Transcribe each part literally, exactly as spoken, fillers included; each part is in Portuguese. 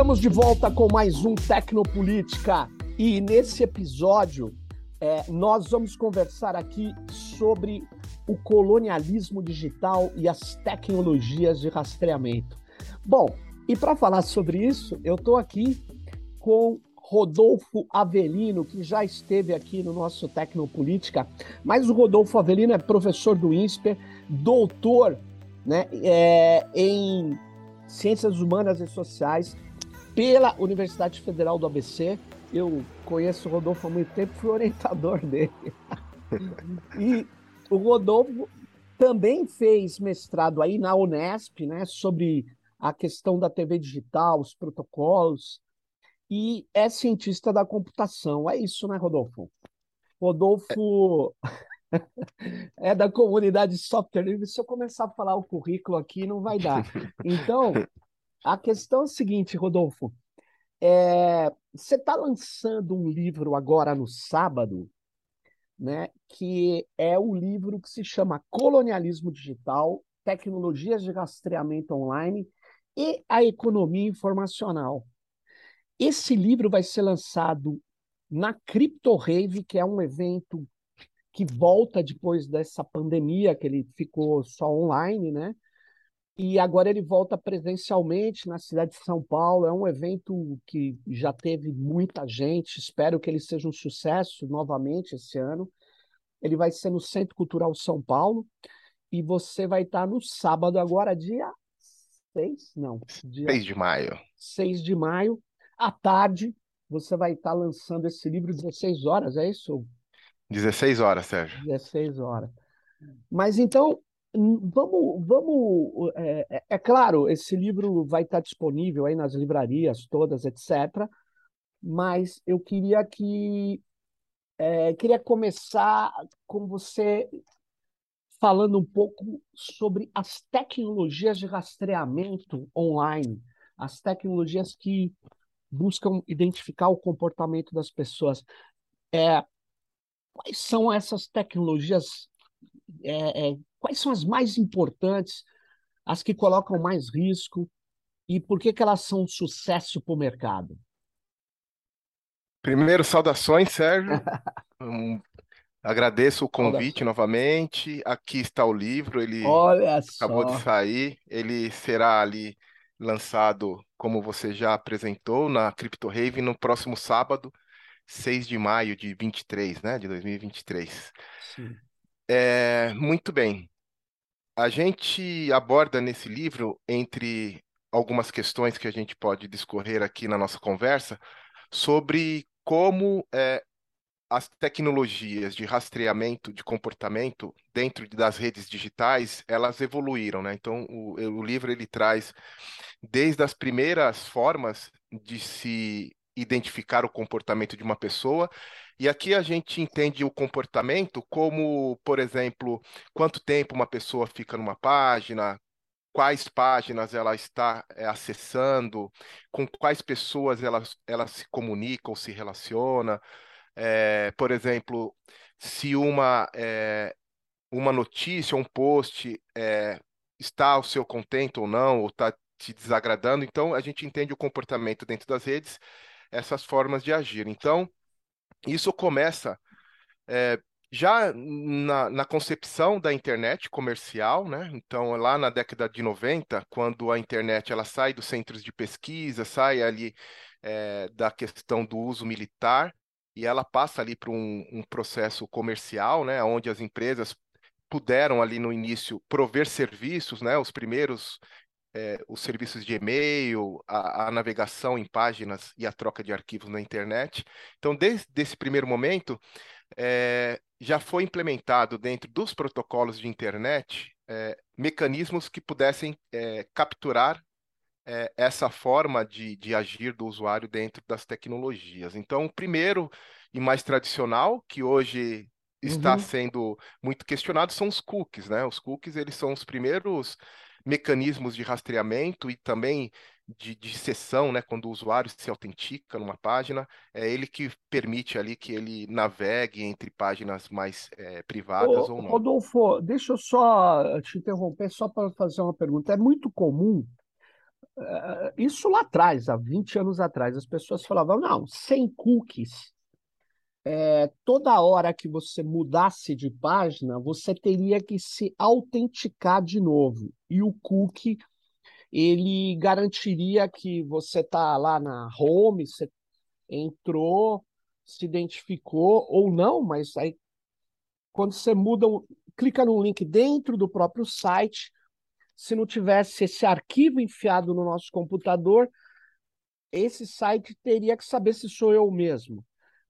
Estamos de volta com mais um Tecnopolítica e nesse episódio é, nós vamos conversar aqui sobre o colonialismo digital e as tecnologias de rastreamento. Bom, e para falar sobre isso, eu estou aqui com Rodolfo Avelino, que já esteve aqui no nosso Tecnopolítica, mas o Rodolfo Avelino é professor do INSPER, doutor, né, é, em Ciências Humanas e Sociais pela Universidade Federal do A B C. Eu conheço o Rodolfo há muito tempo, fui orientador dele. E o Rodolfo também fez mestrado aí na Unesp, né, sobre a questão da T V digital, os protocolos, e é cientista da computação. É isso, né, Rodolfo? Rodolfo é da comunidade de software livre. Se eu começar a falar o currículo aqui, não vai dar. Então, a questão é a seguinte, Rodolfo. É, você está lançando um livro agora no sábado, né, que é o livro que se chama Colonialismo Digital, Tecnologias de Rastreamento Online e a Economia Informacional. Esse livro vai ser lançado na Crypto Rave, que é um evento que volta depois dessa pandemia, que ele ficou só online, né? E agora ele volta presencialmente na cidade de São Paulo. É um evento que já teve muita gente. Espero que ele seja um sucesso novamente esse ano. Ele vai ser no Centro Cultural São Paulo. E você vai estar no sábado, agora, dia seis? Não, dia seis de maio. seis de maio, à tarde. Você vai estar lançando esse livro dezesseis horas, é isso? dezesseis horas, Sérgio. dezesseis horas. Mas então, vamos, vamos é, é, é claro, esse livro vai estar disponível aí nas livrarias todas, etcétera. Mas eu queria que é, queria começar com você falando um pouco sobre as tecnologias de rastreamento online, as tecnologias que buscam identificar o comportamento das pessoas. É, quais são essas tecnologias? É, é, quais são as mais importantes, as que colocam mais risco e por que que elas são um sucesso para o mercado? Primeiro, saudações, Sérgio. Um, agradeço o convite Saudações. novamente. Aqui está o livro, ele Olha acabou de só. sair. Ele será ali lançado, como você já apresentou, na Crypto Rave no próximo sábado, seis de maio de vinte e três, né, de dois mil e vinte e três. Sim. É, muito bem. A gente aborda nesse livro, entre algumas questões que a gente pode discorrer aqui na nossa conversa, sobre como é, as tecnologias de rastreamento de comportamento dentro de- das redes digitais, elas evoluíram, né? Então, o, o livro ele traz desde as primeiras formas de se identificar o comportamento de uma pessoa, e aqui a gente entende o comportamento como, por exemplo, quanto tempo uma pessoa fica numa página, quais páginas ela está é, acessando, com quais pessoas ela, ela se comunica ou se relaciona. É, por exemplo, se uma, é, uma notícia, um post é, está ao seu contento ou não, ou está te desagradando, então a gente entende o comportamento dentro das redes, essas formas de agir. Então, isso começa é, já na, na concepção da internet comercial, né? Então, lá na década de noventa, quando a internet ela sai dos centros de pesquisa, sai ali é, da questão do uso militar, e ela passa ali para um, um processo comercial, né? Onde as empresas puderam ali no início prover serviços, né? Os primeiros é, os serviços de e-mail, a, a navegação em páginas e a troca de arquivos na internet. Então, desde esse primeiro momento, é, já foi implementado dentro dos protocolos de internet é, mecanismos que pudessem é, capturar é, essa forma de, de agir do usuário dentro das tecnologias. Então, o primeiro e mais tradicional, que hoje está Uhum. sendo muito questionado, são os cookies, né? Os cookies, eles são os primeiros mecanismos de rastreamento e também de, de sessão, né? Quando o usuário se autentica numa página, é ele que permite ali que ele navegue entre páginas mais é, privadas Ô, ou não. Rodolfo, deixa eu só te interromper, só para fazer uma pergunta. É muito comum, Isso lá atrás, há vinte anos atrás, as pessoas falavam, não, sem cookies, é, toda hora que você mudasse de página, você teria que se autenticar de novo. E o cookie, ele garantiria que você está lá na home, você entrou, se identificou ou não, mas aí quando você muda, um- clica num link dentro do próprio site, se não tivesse esse arquivo enfiado no nosso computador, esse site teria que saber se sou eu mesmo.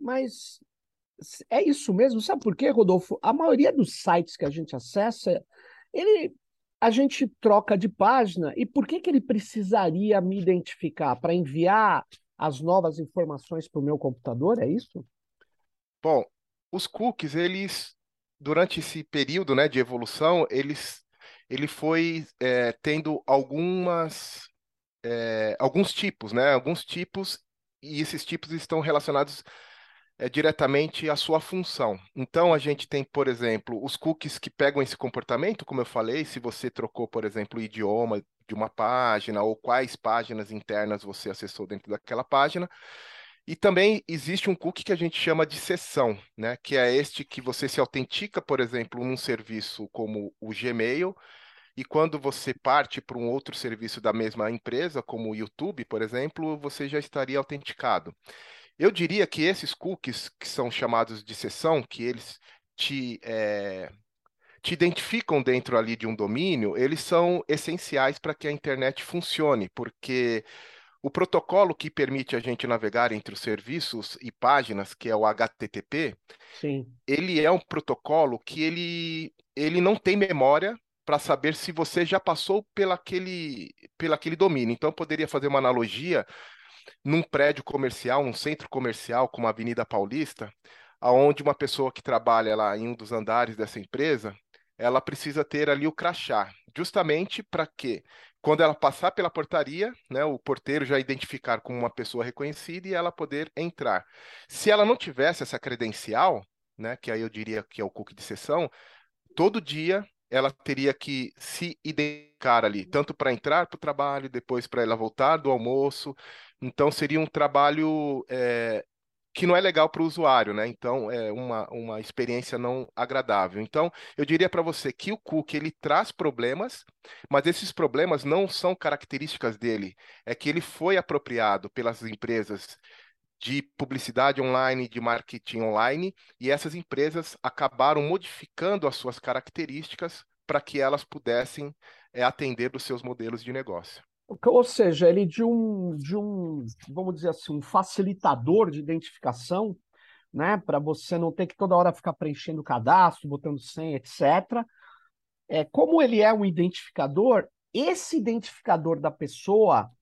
Mas é isso mesmo, sabe por quê, Rodolfo? A maioria dos sites que a gente acessa, ele a gente troca de página, e por que que ele precisaria me identificar? Para enviar as novas informações para o meu computador, é isso? Bom, os cookies, eles, durante esse período, né, de evolução, eles, ele foi é, tendo algumas, é, alguns tipos, né, alguns tipos, e esses tipos estão relacionados é, diretamente à sua função. Então, a gente tem, por exemplo, os cookies que pegam esse comportamento, como eu falei, se você trocou, por exemplo, o idioma de uma página ou quais páginas internas você acessou dentro daquela página. E também existe um cookie que a gente chama de sessão, né? Que é este que você se autentica, por exemplo, num serviço como o Gmail, e quando você parte para um outro serviço da mesma empresa, como o YouTube, por exemplo, você já estaria autenticado. Eu diria que esses cookies, que são chamados de sessão, que eles te, eh, te identificam dentro ali de um domínio, eles são essenciais para que a internet funcione, porque o protocolo que permite a gente navegar entre os serviços e páginas, que é o H T T P, Sim, ele é um protocolo que ele, ele não tem memória para saber se você já passou pelaquele, pelaquele domínio. Então, eu poderia fazer uma analogia num prédio comercial, um centro comercial como a Avenida Paulista, aonde uma pessoa que trabalha lá em um dos andares dessa empresa, ela precisa ter ali o crachá, justamente para que, quando ela passar pela portaria, né, o porteiro já identificar como uma pessoa reconhecida e ela poder entrar. Se ela não tivesse essa credencial, né, que aí eu diria que é o cookie de sessão, todo dia ela teria que se identificar ali, tanto para entrar para o trabalho, depois para ela voltar do almoço. Então seria um trabalho é, que não é legal para o usuário, né? Então é uma, uma experiência não agradável. Então eu diria para você que o cookie ele traz problemas, mas esses problemas não são características dele, é que ele foi apropriado pelas empresas de publicidade online, de marketing online, e essas empresas acabaram modificando as suas características para que elas pudessem é, atender os seus modelos de negócio. ou seja, ele de um, de um, vamos dizer assim, um facilitador de identificação, né, para você não ter que toda hora ficar preenchendo cadastro, botando senha, etcétera. É, como ele é um identificador, esse identificador da pessoa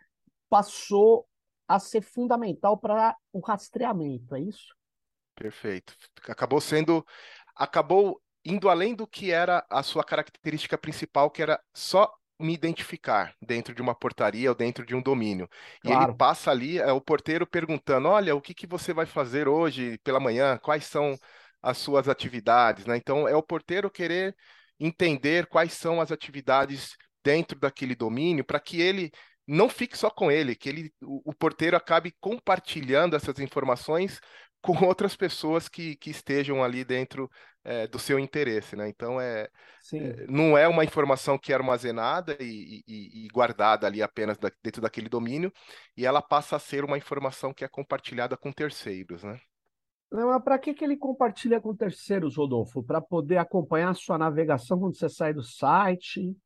passou a ser fundamental para o rastreamento, é isso? Perfeito. Acabou sendo, acabou indo além do que era a sua característica principal, que era só me identificar dentro de uma portaria ou dentro de um domínio. E ele Claro, passa ali, é o porteiro perguntando: Olha, o que que você vai fazer hoje pela manhã? Quais são as suas atividades, né? Então, é o porteiro querer entender quais são as atividades dentro daquele domínio para que ele não fique só com ele, que ele, o, o porteiro acabe compartilhando essas informações com outras pessoas que, que estejam ali dentro é, do seu interesse, né? Então, é, é, sim. não é uma informação que é armazenada e, e- e guardada ali apenas da- dentro daquele domínio, e ela passa a ser uma informação que é compartilhada com terceiros, né? Não, mas para que que ele compartilha com terceiros, Rodolfo? Para poder acompanhar a sua navegação quando você sai do site?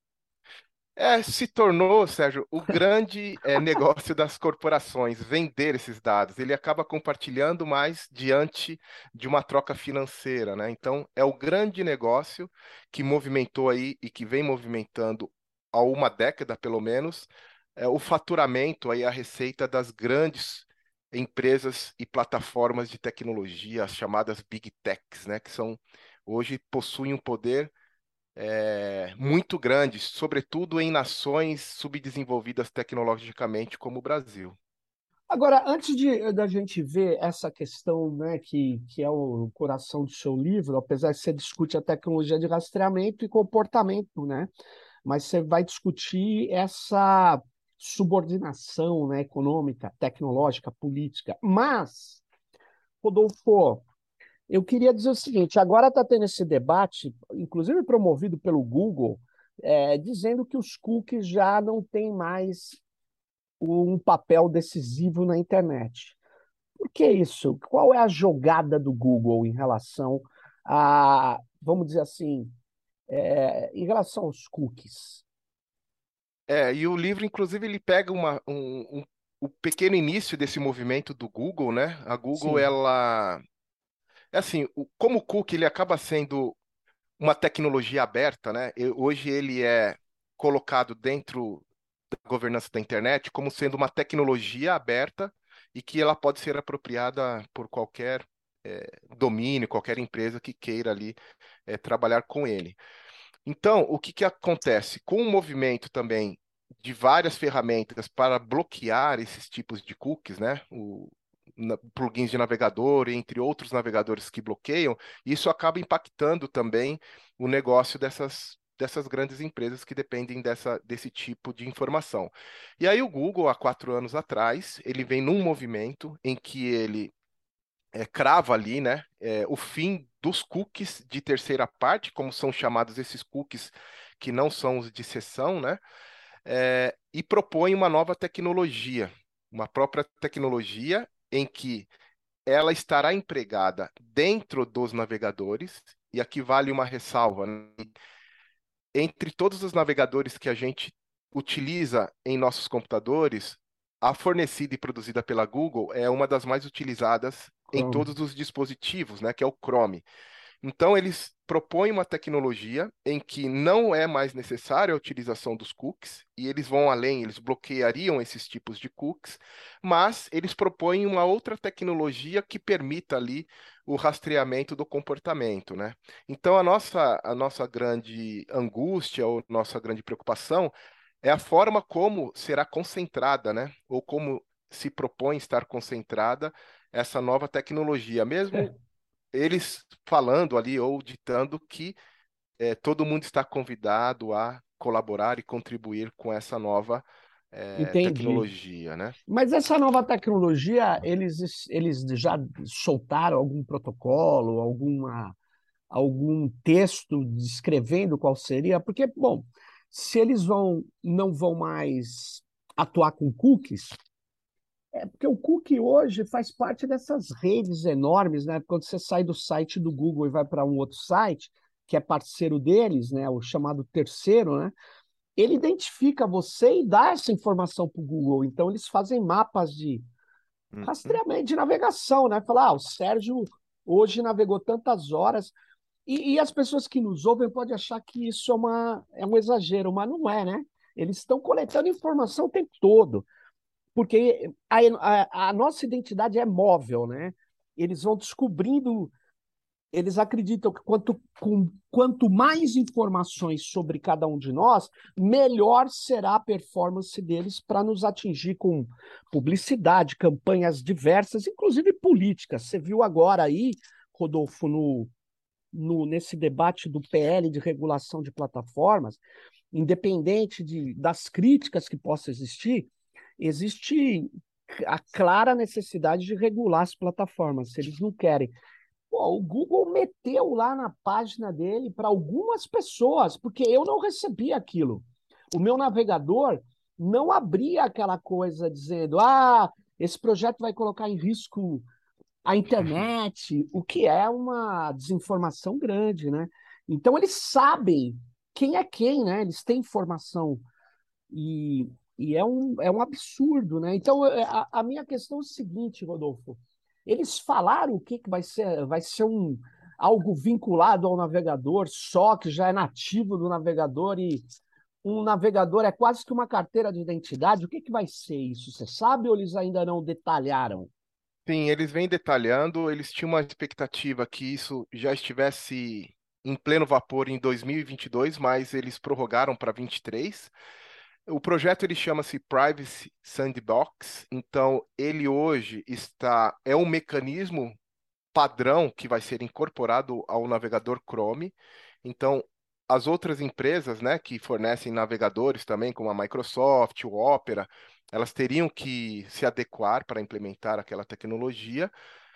É, se tornou, Sérgio, o grande é, negócio das corporações, vender esses dados. Ele acaba compartilhando mais diante de uma troca financeira, né? Então, é o grande negócio que movimentou aí e que vem movimentando há uma década, pelo menos, é, o faturamento aí, a receita das grandes empresas e plataformas de tecnologia, as chamadas Big Techs, né? Que são, hoje possuem um poder é, muito grandes, sobretudo em nações subdesenvolvidas tecnologicamente como o Brasil. Agora, antes de da gente ver essa questão, né, que, que é o coração do seu livro, apesar que você discute a tecnologia de rastreamento e comportamento, né? Mas você vai discutir essa subordinação, né, econômica, tecnológica, política. Mas, Rodolfo, eu queria dizer o seguinte: agora está tendo esse debate, inclusive promovido pelo Google, é, dizendo que os cookies já não têm mais um papel decisivo na internet. Por que isso? Qual é a jogada do Google em relação a, vamos dizer assim, é, em relação aos cookies? É, e o livro, inclusive, ele pega uma, um, um- o pequeno início desse movimento do Google, né? A Google, Sim, ela... É assim, o- como o cookie, ele acaba sendo uma tecnologia aberta, né? E hoje ele é colocado dentro da governança da internet como sendo uma tecnologia aberta e que ela pode ser apropriada por qualquer eh, domínio, qualquer empresa que queira ali eh, trabalhar com ele. Então, o que que acontece? Com o movimento também de várias ferramentas para bloquear esses tipos de cookies, né? O, na- plugins de navegador, entre outros navegadores que bloqueiam, isso acaba impactando também o negócio dessas, dessas grandes empresas que dependem dessa, desse tipo de informação. E aí o Google, há quatro anos atrás, ele vem num movimento em que ele é, crava ali, né, é, o fim dos cookies de terceira parte, como são chamados esses cookies que não são os de seção, né, é, e propõe uma nova tecnologia, uma própria tecnologia em que ela estará empregada dentro dos navegadores, e aqui vale uma ressalva, né? Entre todos os navegadores que a gente utiliza em nossos computadores, a fornecida e produzida pela Google é uma das mais utilizadas em Chrome. todos os dispositivos, né, que é o Chrome. Então, eles propõem uma tecnologia em que não é mais necessária a utilização dos cookies, e eles vão além, eles bloqueariam esses tipos de cookies, mas eles propõem uma outra tecnologia que permita ali o rastreamento do comportamento, né? Então, a nossa, a nossa grande angústia ou nossa grande preocupação é a forma como será concentrada, né? Ou como se propõe estar concentrada essa nova tecnologia, mesmo eles falando ali ou ditando que eh, todo mundo está convidado a colaborar e contribuir com essa nova eh, Entendi. tecnologia, né? Mas essa nova tecnologia, eles, eles já soltaram algum protocolo, alguma, algum texto descrevendo qual seria? Porque, bom, se eles vão, não vão mais atuar com cookies, é porque o cookie hoje faz parte dessas redes enormes, né? Quando você sai do site do Google e vai para um outro site, que é parceiro deles, né? O chamado terceiro, né? Ele identifica você e dá essa informação para o Google. Então, eles fazem mapas de Uhum. rastreamento de navegação, né? Falar, ah, o Sérgio hoje navegou tantas horas. E, e as pessoas que nos ouvem podem achar que isso é, uma, é um exagero, mas não é, né? Eles estão coletando informação o tempo todo, porque a, a, a nossa identidade é móvel, né? Eles vão descobrindo, eles acreditam que quanto, com, quanto mais informações sobre cada um de nós, melhor será a performance deles para nos atingir com publicidade, campanhas diversas, inclusive políticas. Você viu agora aí, Rodolfo, no, no, nesse debate do P L de regulação de plataformas, independente de, das críticas que possam existir, existe a clara necessidade de regular as plataformas. Se eles não querem, pô, o Google meteu lá na página dele para algumas pessoas, porque eu não recebi aquilo. O meu navegador não abria aquela coisa dizendo: ah, esse projeto vai colocar em risco a internet, o que é uma desinformação grande, né? Então eles sabem quem é quem, né? Eles têm informação e, e é um, é um absurdo, né? Então é, a, a minha questão é o seguinte, Rodolfo: eles falaram o que, que vai ser, vai ser um algo vinculado ao navegador, só que já é nativo do navegador e um navegador é quase que uma carteira de identidade. O que, que vai ser isso? Você sabe ou eles ainda não detalharam? Sim, eles vêm detalhando, eles tinham uma expectativa que isso já estivesse em pleno vapor em dois mil e vinte e dois, mas eles prorrogaram para vinte e três. O projeto ele chama-se Privacy Sandbox, então ele hoje está é um mecanismo padrão que vai ser incorporado ao navegador Chrome. Então, as outras empresas, né, que fornecem navegadores também, como a Microsoft, o Opera, elas teriam que se adequar para implementar aquela tecnologia.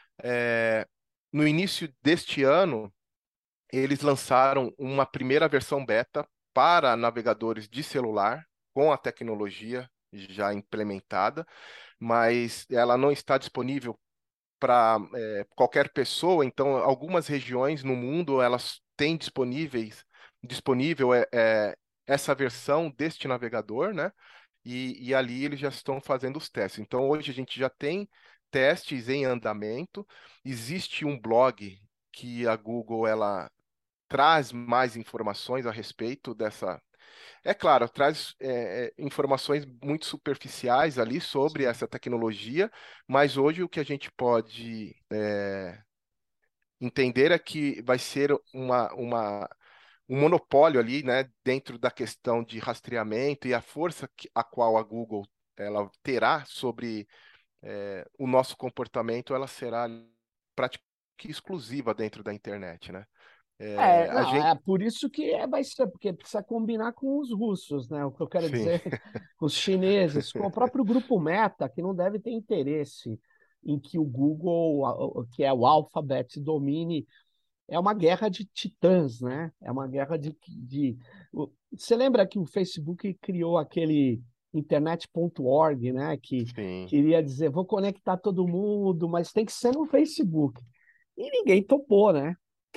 É, no início deste ano, eles lançaram uma primeira versão beta para navegadores de celular, com a tecnologia já implementada, mas ela não está disponível para qualquer pessoa. Então, algumas regiões no mundo elas têm disponíveis disponível é, é, essa versão deste navegador, né? E, e ali eles já estão fazendo os testes. Então, hoje a gente já tem testes em andamento. Existe um blog que a Google ela traz mais informações a respeito dessa. É claro, traz é, é, informações muito superficiais ali sobre Sim. essa tecnologia, mas hoje o que a gente pode é, entender é que vai ser uma, uma, um monopólio ali, né, dentro da questão de rastreamento e a força que, a qual a Google ela terá sobre é, o nosso comportamento, ela será praticamente exclusiva dentro da internet, né? É, É, a não, gente, é por isso que é, vai ser, porque precisa combinar com os russos, né? O que eu quero sim, dizer, com os chineses, com o próprio grupo Meta, que não deve ter interesse em que o Google, a- o- que é o Alphabet, domine. É uma guerra de titãs, né? É uma guerra de, de... o- Você lembra que o Facebook criou aquele internet ponto org, né? Que sim. queria dizer, vou conectar todo mundo, mas tem que ser no Facebook. E ninguém topou, né?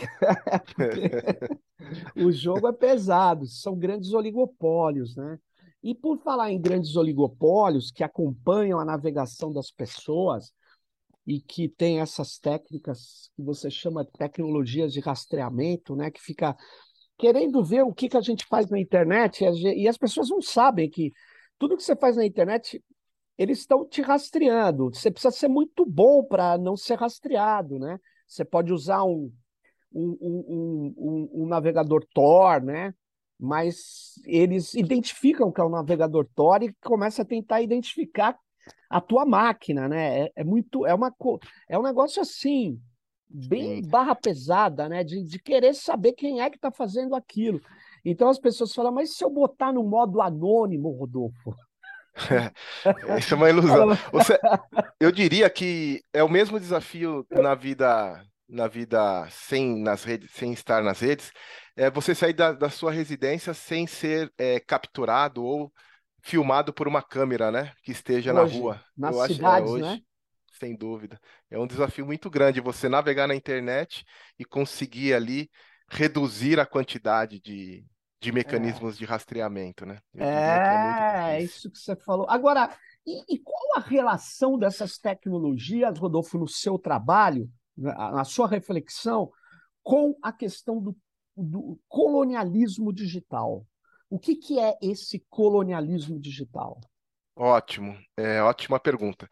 Porque o jogo é pesado, são grandes oligopólios, né? E por falar em grandes oligopólios que acompanham a navegação das pessoas e que tem essas técnicas que você chama de tecnologias de rastreamento, né? Que fica querendo ver o que que a gente faz na internet e as e as pessoas não sabem que tudo que você faz na internet, eles estão te rastreando. Você precisa ser muito bom para não ser rastreado, né? Você pode usar um um, um, um, um um navegador Tor, né? Mas eles identificam que é um navegador Tor e começam a tentar identificar a tua máquina, né? É, é muito, é uma, co- é um negócio assim, bem Sim. barra pesada, né? De, de querer saber quem é que está fazendo aquilo. Então as pessoas falam, mas se eu botar no modo anônimo, Rodolfo? Isso é uma ilusão. Fala, Você, eu diria que é o mesmo desafio na vida, na vida sem nas redes, sem estar nas redes, é você sair da, da sua residência sem ser é, capturado ou filmado por uma câmera, né, que esteja na hoje, rua. nas Eu acho, é, cidades, né? hoje, sem dúvida, é um desafio muito grande você navegar na internet e conseguir ali reduzir a quantidade de, de É. mecanismos de rastreamento, né? Eu diria que é muito É, é difícil. isso que você falou. Agora, e, e qual a relação dessas tecnologias, Rodolfo, no seu trabalho, na, na sua reflexão, com a questão do, do colonialismo digital? O que, que é esse colonialismo digital? Ótimo, é ótima pergunta.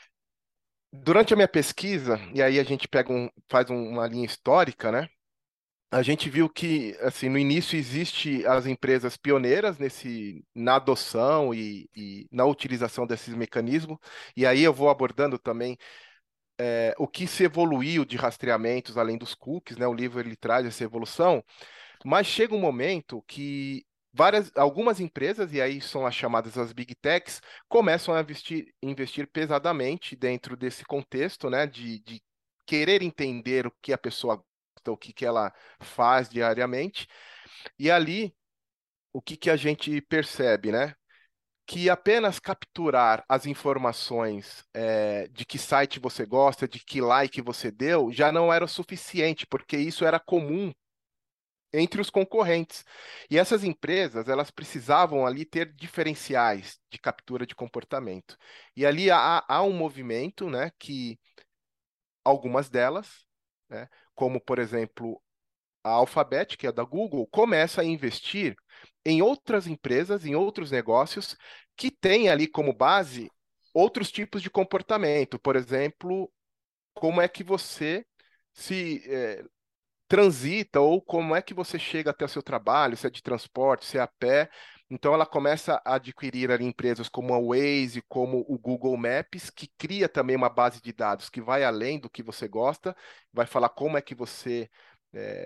Durante a minha pesquisa, e aí a gente pega um, faz um- uma linha histórica, né? A gente viu que, assim, no início existe as empresas pioneiras nesse, na adoção e, e na utilização desses mecanismos, e aí eu vou abordando também é, o que se evoluiu de rastreamentos além dos cookies, né? O livro ele traz essa evolução, mas chega um momento que várias, algumas empresas, e aí são as chamadas as Big Techs, começam a investir, investir pesadamente dentro desse contexto, né, de, de querer entender o que a pessoa gosta, o que, que ela faz diariamente. E ali, o que, que a gente percebe, né? Que apenas capturar as informações eh, de que site você gosta, de que like você deu, já não era o suficiente, porque isso era comum entre os concorrentes. E essas empresas, elas precisavam ali ter diferenciais de captura de comportamento. E ali há, há um movimento, né, que algumas delas, né, como por exemplo a Alphabet, que é da Google, começa a investir em outras empresas, em outros negócios que têm ali como base outros tipos de comportamento. Por exemplo, como é que você se eh, transita ou como é que você chega até o seu trabalho, se é de transporte, se é a pé. Então ela começa a adquirir ali empresas como a Waze, como o Google Maps, que cria também uma base de dados que vai além do que você gosta, vai falar como é que você eh,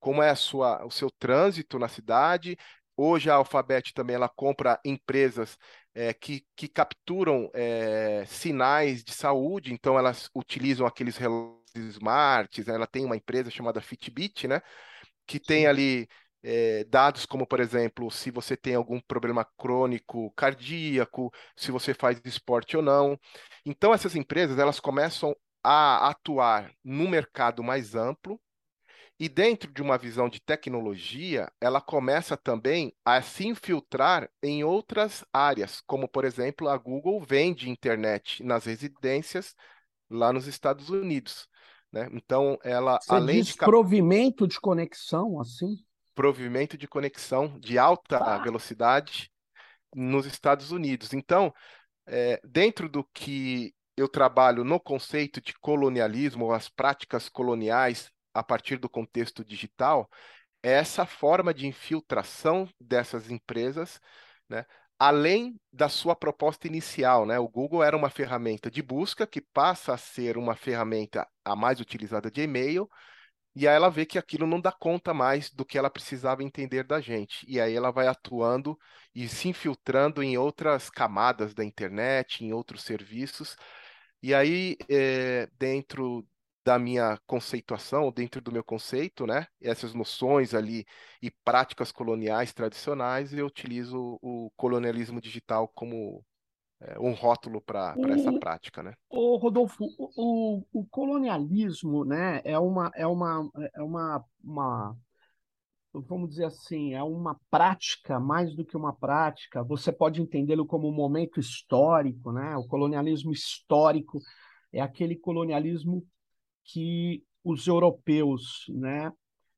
como é a sua, o seu trânsito na cidade. Hoje a Alphabet também ela compra empresas é, que, que capturam é, sinais de saúde, então elas utilizam aqueles relógios smarts, né? Ela tem uma empresa chamada Fitbit, né? Que tem Sim. ali é, dados como, por exemplo, se você tem algum problema crônico cardíaco, se você faz esporte ou não. Então, essas empresas, elas começam a atuar no mercado mais amplo e dentro de uma visão de tecnologia, ela começa também a se infiltrar em outras áreas, como, por exemplo, a Google vende internet nas residências lá nos Estados Unidos, né? Então, ela, Você além de diz cap- provimento de conexão, assim? provimento de conexão de alta Pá! velocidade nos Estados Unidos. Então, é, dentro do que eu trabalho no conceito de colonialismo, as práticas coloniais a partir do contexto digital, é essa forma de infiltração dessas empresas, né? Além da sua proposta inicial, né? O Google era uma ferramenta de busca que passa a ser uma ferramenta a mais utilizada de e-mail, e aí ela vê que aquilo não dá conta mais do que ela precisava entender da gente. E aí ela vai atuando e se infiltrando em outras camadas da internet, em outros serviços. E aí, eh, dentro da minha conceituação, dentro do meu conceito, né, essas noções ali e práticas coloniais tradicionais, eu utilizo o colonialismo digital como, eh, um rótulo para para essa O, prática, né? o Rodolfo, o, o, o colonialismo, né, é uma, é uma, é uma, uma, vamos dizer assim, é uma prática mais do que uma prática. Você pode entendê-lo como um momento histórico, né? O colonialismo histórico é aquele colonialismo que os europeus, né,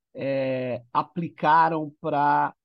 é, aplicaram para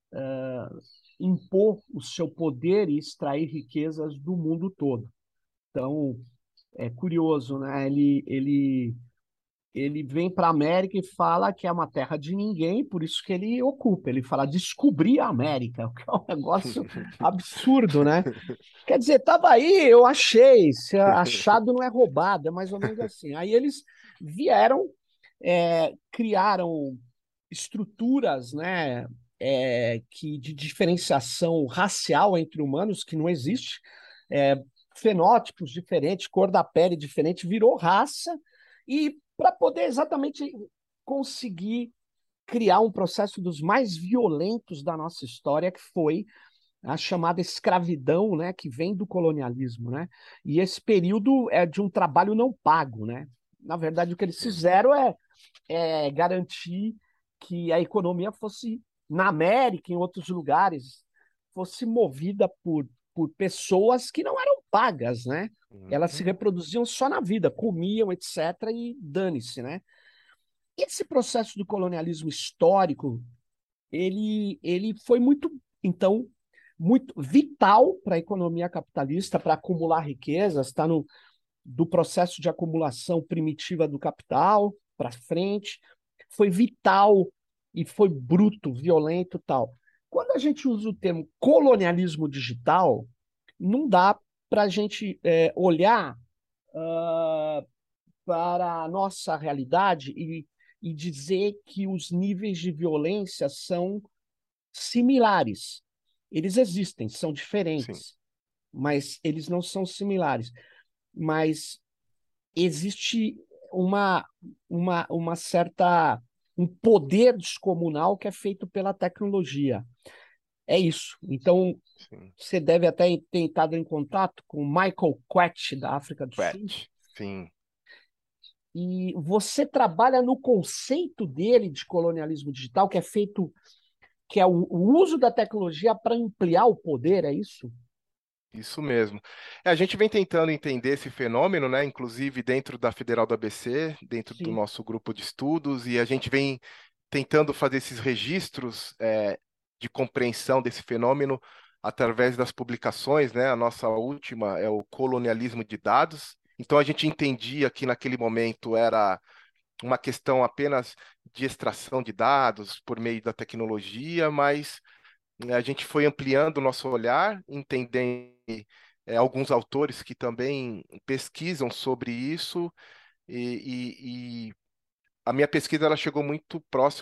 impor o seu poder e extrair riquezas do mundo todo. Então, é curioso, né? Ele, ele, ele vem para a América e fala que é uma terra de ninguém, por isso que ele ocupa. Ele fala descobrir a América, o que é um negócio absurdo, né? Quer dizer, estava aí, eu achei. Se achado não é roubado, é mais ou menos assim. Aí eles vieram, é, criaram estruturas, né, é, que de diferenciação racial entre humanos que não existe, é, fenótipos diferentes, cor da pele diferente, virou raça e para poder exatamente conseguir criar um processo dos mais violentos da nossa história, que foi a chamada escravidão, né, que vem do colonialismo, né? E esse período é de um trabalho não pago, né? Na verdade, o que eles Sim, fizeram é, é garantir que a economia fosse, na América, em outros lugares, fosse movida por, por pessoas que não eram pagas, né? Elas se uhum, reproduziam só na vida, comiam, etcétera, e dane-se, né? Esse processo do colonialismo histórico, ele, ele foi muito, então, muito vital para a economia capitalista, para acumular riquezas, está no do processo de acumulação primitiva do capital para frente, foi vital e foi bruto, violento, tal. Quando a gente usa o termo colonialismo digital, não dá para a gente é, olhar uh, para a nossa realidade e, e dizer que os níveis de violência são similares. Eles existem, são sim, diferentes, mas eles não são similares. Mas existe uma, uma, uma certa um poder descomunal que é feito pela tecnologia. É isso. Então, sim. você deve até ter entrado em contato com o Michael Quet, da África do Sul, Quet, sim. e você trabalha no conceito dele de colonialismo digital, que é feito, que é o, o uso da tecnologia para ampliar o poder, é isso? Isso mesmo. É, a gente vem tentando entender esse fenômeno, né? Inclusive dentro da Federal do A B C, dentro do Sim. nosso grupo de estudos, e a gente vem tentando fazer esses registros, é, de compreensão desse fenômeno através das publicações, né? A nossa última é o colonialismo de dados. Então a gente entendia que naquele momento era uma questão apenas de extração de dados por meio da tecnologia, mas né, a gente foi ampliando o nosso olhar, entendendo é, alguns autores que também pesquisam sobre isso, e, e- e a minha pesquisa ela chegou muito próxima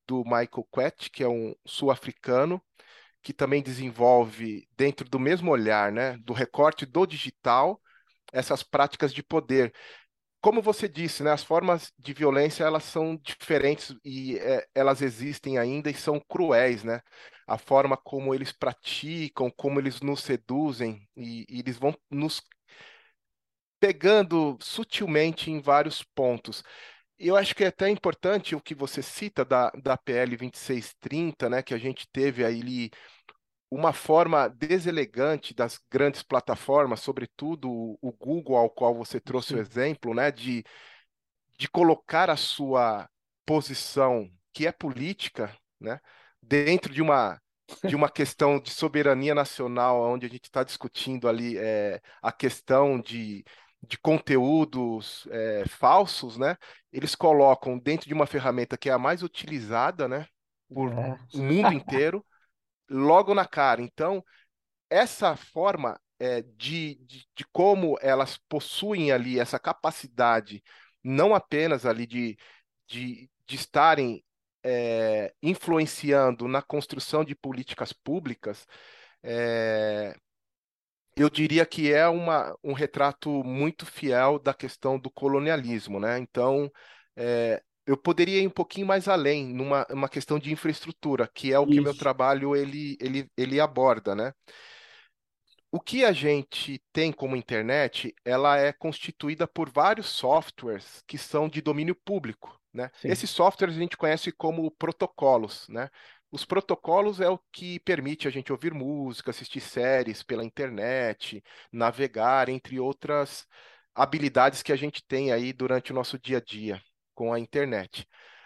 do Michael Kwet, que é um sul-africano, que também desenvolve, dentro do mesmo olhar, né, do recorte do digital, essas práticas de poder. Como você disse, né, as formas de violência elas são diferentes e é, elas existem ainda e são cruéis, né? A forma como eles praticam, como eles nos seduzem e, e eles vão nos pegando sutilmente em vários pontos. E eu acho que é até importante o que você cita da, da P L vinte e seis trinta, né, que a gente teve aí uma forma deselegante das grandes plataformas, sobretudo o o Google, ao qual você trouxe o Sim. exemplo, né, de, de colocar a sua posição, que é política, né, dentro de uma, de uma questão de soberania nacional, onde a gente está discutindo ali é, a questão de, de conteúdos é, falsos, né, eles colocam dentro de uma ferramenta que é a mais utilizada, né, por É. o mundo inteiro, logo na cara. Então, essa forma é, de, de, de como elas possuem ali essa capacidade, não apenas ali de, de, de estarem é, influenciando na construção de políticas públicas, é, eu diria que é uma, um retrato muito fiel da questão do colonialismo, né? Então, é, eu poderia ir um pouquinho mais além, numa uma questão de infraestrutura, que é o que meu Isso. trabalho ele, ele, ele aborda, né? O que a gente tem como internet, ela é constituída por vários softwares que são de domínio público, né? Sim. Esses softwares a gente conhece como protocolos, né? Os protocolos é o que permite a gente ouvir música, assistir séries pela internet, navegar, entre outras habilidades que a gente tem aí durante o nosso dia a dia com a internet.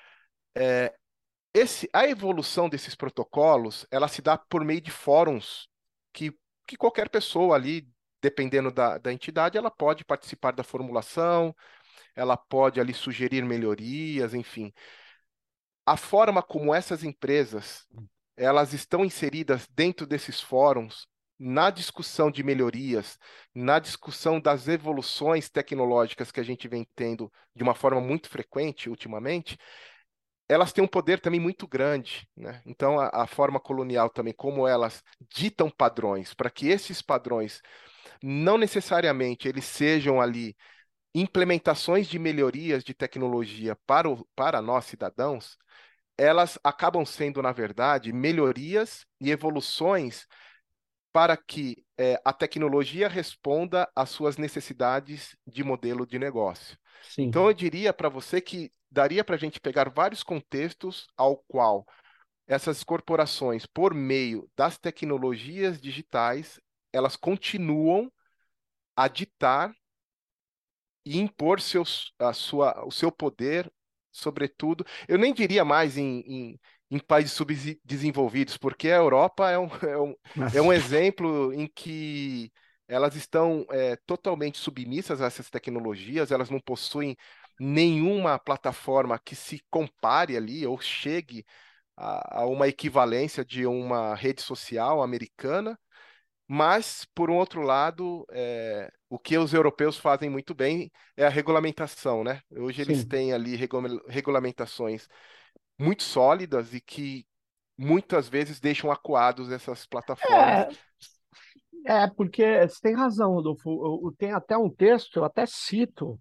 Esse, a evolução desses protocolos, ela se dá por meio de fóruns que, que qualquer pessoa ali, dependendo da, da entidade, ela pode participar da formulação, ela pode ali sugerir melhorias, enfim. A forma como essas empresas, elas estão inseridas dentro desses fóruns, na discussão de melhorias, na discussão das evoluções tecnológicas que a gente vem tendo de uma forma muito frequente ultimamente, elas têm um poder também muito grande, né? Então, a, a forma colonial também, como elas ditam padrões, para que esses padrões não necessariamente eles sejam ali implementações de melhorias de tecnologia para, o, para nós cidadãos, elas acabam sendo, na verdade, melhorias e evoluções para que eh, a tecnologia responda às suas necessidades de modelo de negócio. Então, Sim. eu diria para você que daria para a gente pegar vários contextos ao qual essas corporações, por meio das tecnologias digitais, elas continuam a ditar e impor seus, a sua, o seu poder, sobretudo. Eu nem diria mais em, em, em países subdesenvolvidos, porque a Europa é um, é um, é um Mas, exemplo em que elas estão é, totalmente submissas a essas tecnologias, elas não possuem nenhuma plataforma que se compare ali ou chegue a, a uma equivalência de uma rede social americana. Mas, por um outro lado, é, o que os europeus fazem muito bem é a regulamentação, né? Hoje eles sim. têm ali regula- regulamentações muito sólidas e que muitas vezes deixam acuados essas plataformas. É, é, porque você tem razão, Rodolfo. Eu, eu tenho até um texto, eu até cito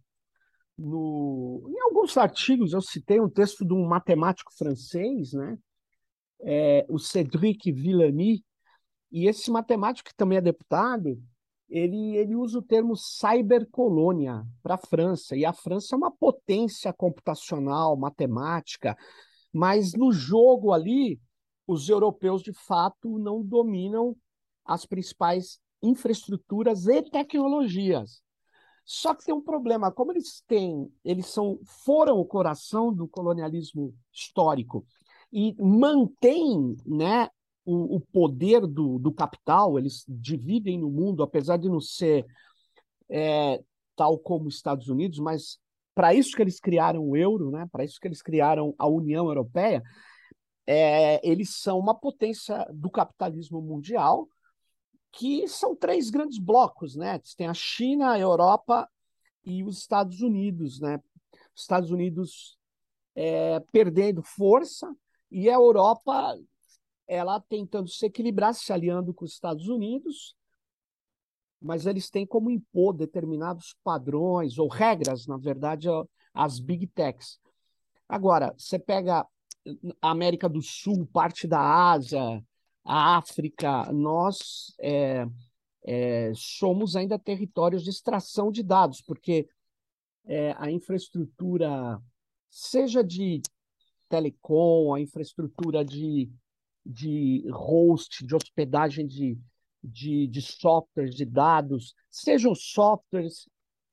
no, em alguns artigos, eu citei um texto de um matemático francês, né? É, o Cédric Villani, e esse matemático que também é deputado, ele, ele usa o termo cybercolônia para a França, e a França é uma potência computacional, matemática, mas no jogo ali, os europeus de fato não dominam as principais infraestruturas e tecnologias. Só que tem um problema, como eles têm, eles são, foram o coração do colonialismo histórico e mantêm, né, o, o poder do, do capital, eles dividem no mundo, apesar de não ser é, tal como os Estados Unidos, mas para isso que eles criaram o euro, né, para isso que eles criaram a União Europeia, é, eles são uma potência do capitalismo mundial, que são três grandes blocos, né? Tem a China, a Europa e os Estados Unidos, né? Os Estados Unidos é, perdendo força E a Europa, ela tentando se equilibrar, se aliando com os Estados Unidos, mas eles têm como impor determinados padrões ou regras, na verdade, as big techs. Agora, você pega a América do Sul, parte da Ásia, a África, nós é, é, somos ainda territórios de extração de dados, porque é, a infraestrutura, seja de telecom, a infraestrutura de, de host, de hospedagem de, de, de softwares, de dados, sejam softwares,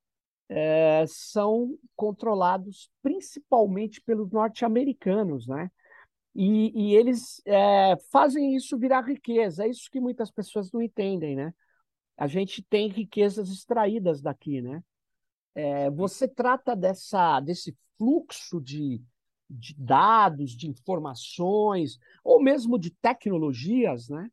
é, são controlados principalmente pelos norte-americanos, né? E, e eles é, fazem isso virar riqueza. É isso que muitas pessoas não entendem, né? A gente tem riquezas extraídas daqui, né? É, você trata dessa, desse fluxo de, de dados, de informações, ou mesmo de tecnologias, né?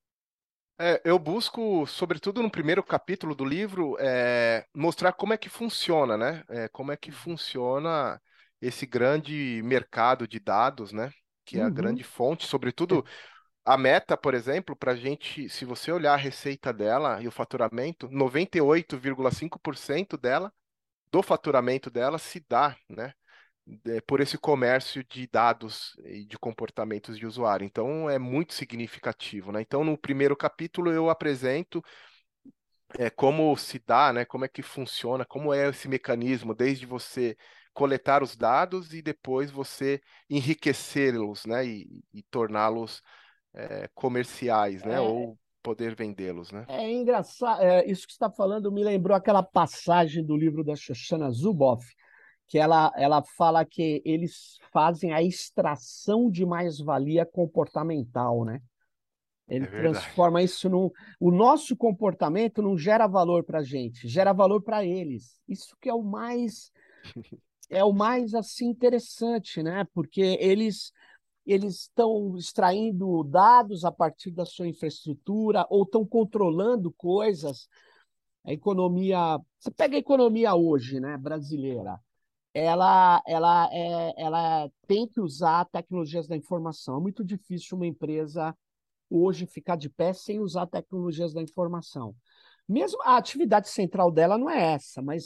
É, eu busco, sobretudo no primeiro capítulo do livro, é, mostrar como é que funciona, né? É, como é que funciona esse grande mercado de dados, né? Que é a Uhum. grande fonte, sobretudo a Meta, por exemplo, para a gente, se você olhar a receita dela e o faturamento, noventa e oito vírgula cinco por cento dela, do faturamento dela, se dá, né? É, por esse comércio de dados e de comportamentos de usuário. Então, é muito significativo, né? Então, no primeiro capítulo, eu apresento é, como se dá, né? Como é que funciona, como é esse mecanismo, desde você coletar os dados e depois você enriquecê-los, né? E, e torná-los é, comerciais, né? É, Ou poder vendê-los, né? é engraçado, é, isso que você está falando me lembrou aquela passagem do livro da Shoshana Zuboff, que ela, ela fala que eles fazem a extração de mais-valia comportamental, né? Ele É verdade. transforma isso num. O nosso comportamento não gera valor para a gente, gera valor para eles. Isso que é o mais é o mais assim interessante, né? Porque eles eles estão extraindo dados a partir da sua infraestrutura ou estão controlando coisas. A economia, você pega a economia hoje, né, brasileira, ela ela é, ela tem que usar tecnologias da informação. É muito difícil uma empresa hoje ficar de pé sem usar tecnologias da informação. Mesmo a atividade central dela não é essa, mas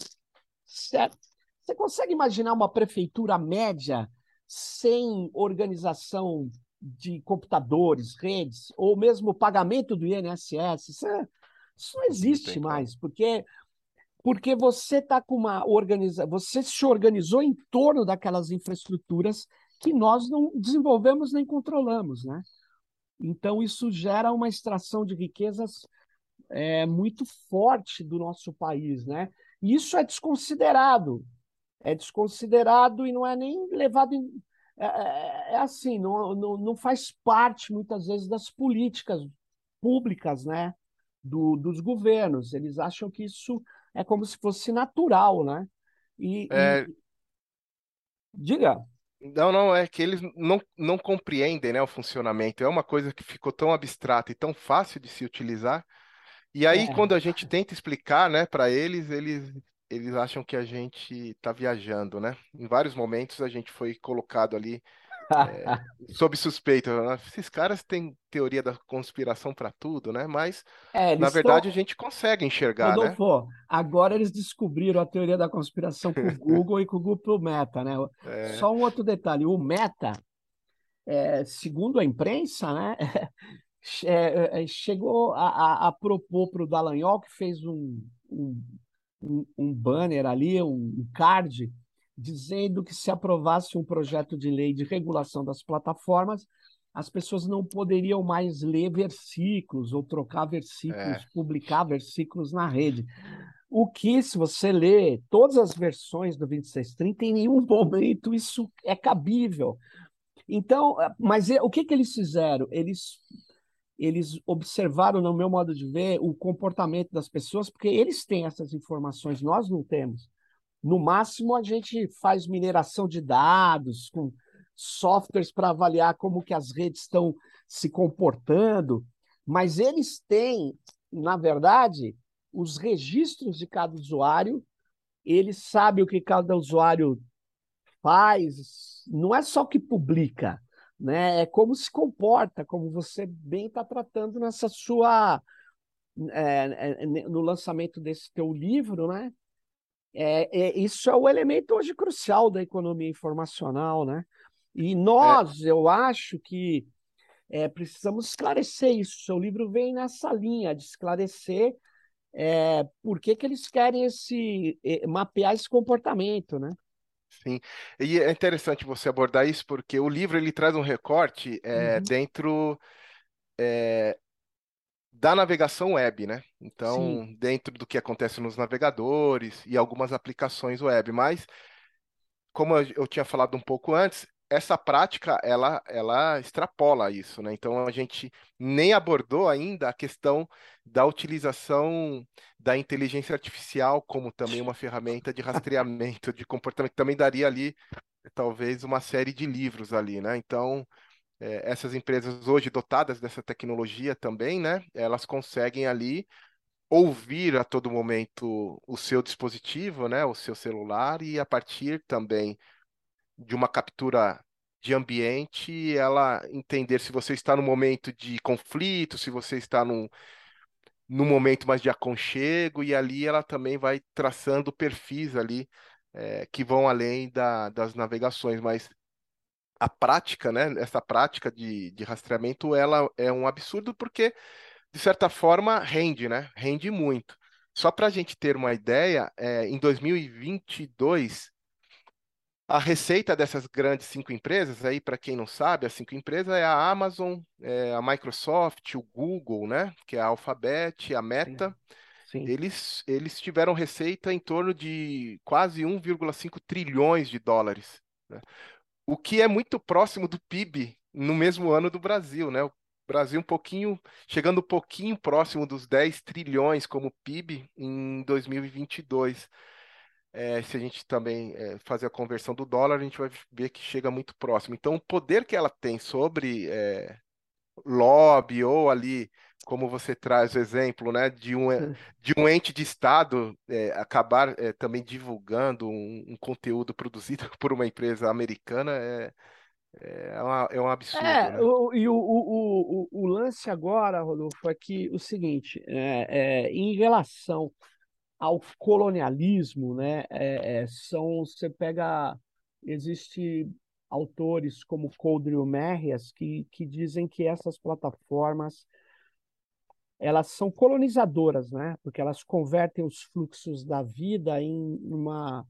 você consegue imaginar uma prefeitura média sem organização de computadores, redes, ou mesmo pagamento do I N S S? Isso, é, isso não Não tem existe como. mais, porque porque você está com uma organiza, você se organizou em torno daquelas infraestruturas que nós não desenvolvemos nem controlamos, né? Então, isso gera uma extração de riquezas é, muito forte do nosso país, né? E isso é desconsiderado, é desconsiderado e não é nem levado em. É, é, é assim, não, não, não faz parte, muitas vezes, das políticas públicas, né? Do, dos governos. Eles acham que isso é como se fosse natural, né? E, É, e diga. não, não, é que eles não, não compreendem, né, o funcionamento. É uma coisa que ficou tão abstrata e tão fácil de se utilizar. E aí, É, quando a gente tenta explicar, né, para eles, eles, eles acham que a gente está viajando, né? Em vários momentos a gente foi colocado ali é, sob suspeita, né? Esses caras têm teoria da conspiração para tudo, né? Mas, é, na eles verdade, estão. a gente consegue enxergar, né? Rodolfo, agora eles descobriram a teoria da conspiração com o Google e com o Google Meta, né? É, Só um outro detalhe, o Meta, é, segundo a imprensa, né, é, é, chegou a, a, a propor para o Dallagnol, que fez um, um, um, um banner ali, um, um card, dizendo que se aprovasse um projeto de lei de regulação das plataformas, as pessoas não poderiam mais ler versículos ou trocar é, versículos, publicar versículos na rede. O que, se você lê todas as versões do vinte e seis trinta, em nenhum momento isso é cabível. Então, mas o que, que eles fizeram? Eles, eles observaram, no meu modo de ver, o comportamento das pessoas, porque eles têm essas informações, nós não temos. No máximo, a gente faz mineração de dados com softwares para avaliar como que as redes estão se comportando, mas eles têm, na verdade, os registros de cada usuário, eles sabem o que cada usuário faz, não é só o que publica, né? É como se comporta, como você bem está tratando nessa sua é, é, no lançamento desse teu livro, né? É, é, isso é o elemento hoje crucial da economia informacional, né? E É, nós, eu acho que é, precisamos esclarecer isso. Seu livro vem nessa linha de esclarecer é, por que que eles querem esse é, mapear esse comportamento, né? sim. E é interessante você abordar isso porque o livro ele traz um recorte é, Uhum. dentro da navegação web, né? Sim, Então, dentro do que acontece nos navegadores e algumas aplicações web, mas como eu eu tinha falado um pouco antes, essa prática ela, ela extrapola isso, né? Então a gente nem abordou ainda a questão da utilização da inteligência artificial como também uma ferramenta de rastreamento de comportamento, que também daria ali talvez uma série de livros ali, né? Então eh, essas empresas hoje dotadas dessa tecnologia também, né? Elas conseguem ali ouvir a todo momento o seu dispositivo, né? O seu celular e a partir também de uma captura de ambiente, ela entender se você está no momento de conflito, se você está num, num momento mais de aconchego, e ali ela também vai traçando perfis ali eh, que vão além da- das navegações, mas a prática, né, essa prática de, de rastreamento, ela é um absurdo porque, de certa forma, rende, né? Rende muito. Só para a gente ter uma ideia, eh, em dois mil e vinte e dois a receita dessas grandes cinco empresas, aí, para quem não sabe, as cinco empresas é a Amazon, é a Microsoft, o Google, né? Que é a Alphabet, a sim, Meta. sim. Eles, eles tiveram receita em torno de quase um vírgula cinco trilhões de dólares, né? O que é muito próximo do P I B no mesmo ano do Brasil, né? O Brasil um pouquinho, chegando um pouquinho próximo dos dez trilhões como P I B em dois mil e vinte e dois. É, se a gente também é, fazer a conversão do dólar, a gente vai ver que chega muito próximo. Então, o poder que ela tem sobre é, lobby ou ali, como você traz o exemplo, né, de um, de um ente de Estado é, acabar é, também divulgando um, um conteúdo produzido por uma empresa americana é, é, uma- é um absurdo, É, né? o, e o, o, o, o lance agora, Rodolfo, é que o seguinte, é, é, em relação ao colonialismo, né, é, é, são, você pega, existe autores como Couldry Merrias que, que dizem que essas plataformas, elas são colonizadoras, né, porque elas convertem os fluxos da vida em uma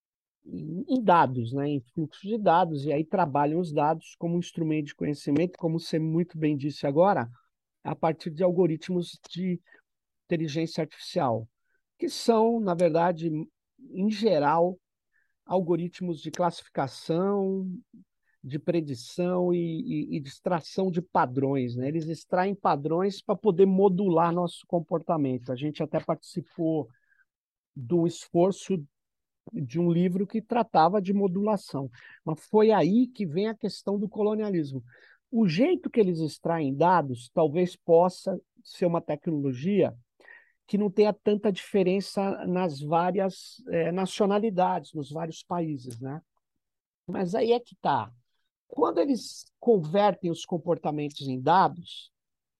em em dados, né, em fluxos de dados, e aí trabalham os dados como um instrumento de conhecimento, como você muito bem disse agora, a partir de algoritmos de inteligência artificial, que são, na verdade, em geral, algoritmos de classificação, de predição e, e, e de extração de padrões, né? Eles extraem padrões para poder modular nosso comportamento. A gente até participou do esforço de um livro que tratava de modulação. Mas foi aí que vem a questão do colonialismo. O jeito que eles extraem dados talvez possa ser uma tecnologia que não tenha tanta diferença nas várias eh, nacionalidades, nos vários países, né? Mas aí é que tá. Quando eles convertem os comportamentos em dados,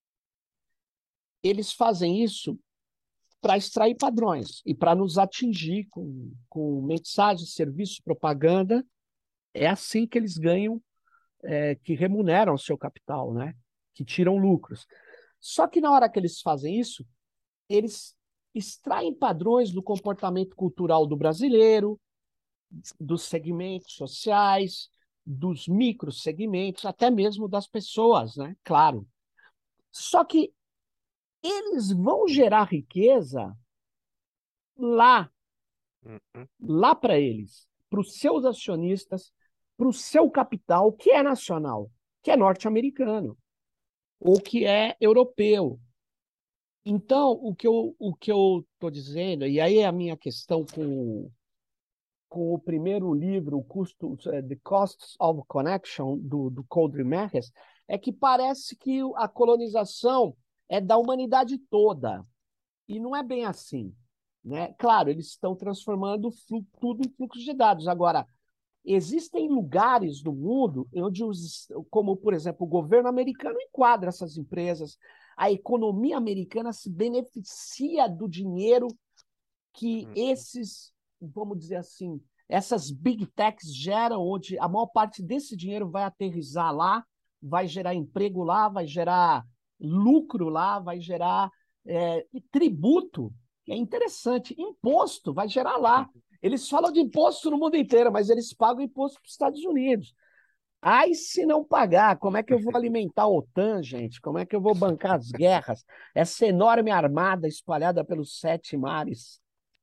eles fazem isso para extrair padrões e para nos atingir com, com mensagens, serviços, propaganda. É assim que eles ganham, é, que remuneram o seu capital, né? Que tiram lucros. Só que na hora que eles fazem isso, eles extraem padrões do comportamento cultural do brasileiro, dos segmentos sociais, dos microsegmentos, até mesmo das pessoas, né? Claro. Só que eles vão gerar riqueza lá, Uhum. lá para eles, para os seus acionistas, para o seu capital, que é nacional, que é norte-americano, ou que é europeu. Então, o que eu o que eu estou dizendo, e aí é a minha questão com, com o primeiro livro, o custo, eh, The Costs of Connection, do, do Couldry Merrias, é que parece que a colonização é da humanidade toda. E não é bem assim, né? Claro, eles estão transformando tudo em fluxo de dados. Agora, Existem lugares no mundo onde, os, como por exemplo, o governo americano enquadra essas empresas, a economia americana se beneficia do dinheiro que Hum, esses, vamos dizer assim, essas big techs geram, onde a maior parte desse dinheiro vai aterrissar lá, vai gerar emprego lá, vai gerar lucro lá, vai gerar é, tributo, que é interessante, imposto, vai gerar lá. Eles falam de imposto no mundo inteiro, mas eles pagam imposto para os Estados Unidos. Aí, se não pagar, como é que eu vou alimentar a OTAN, gente? Como é que eu vou bancar as guerras? Essa enorme armada espalhada pelos sete mares.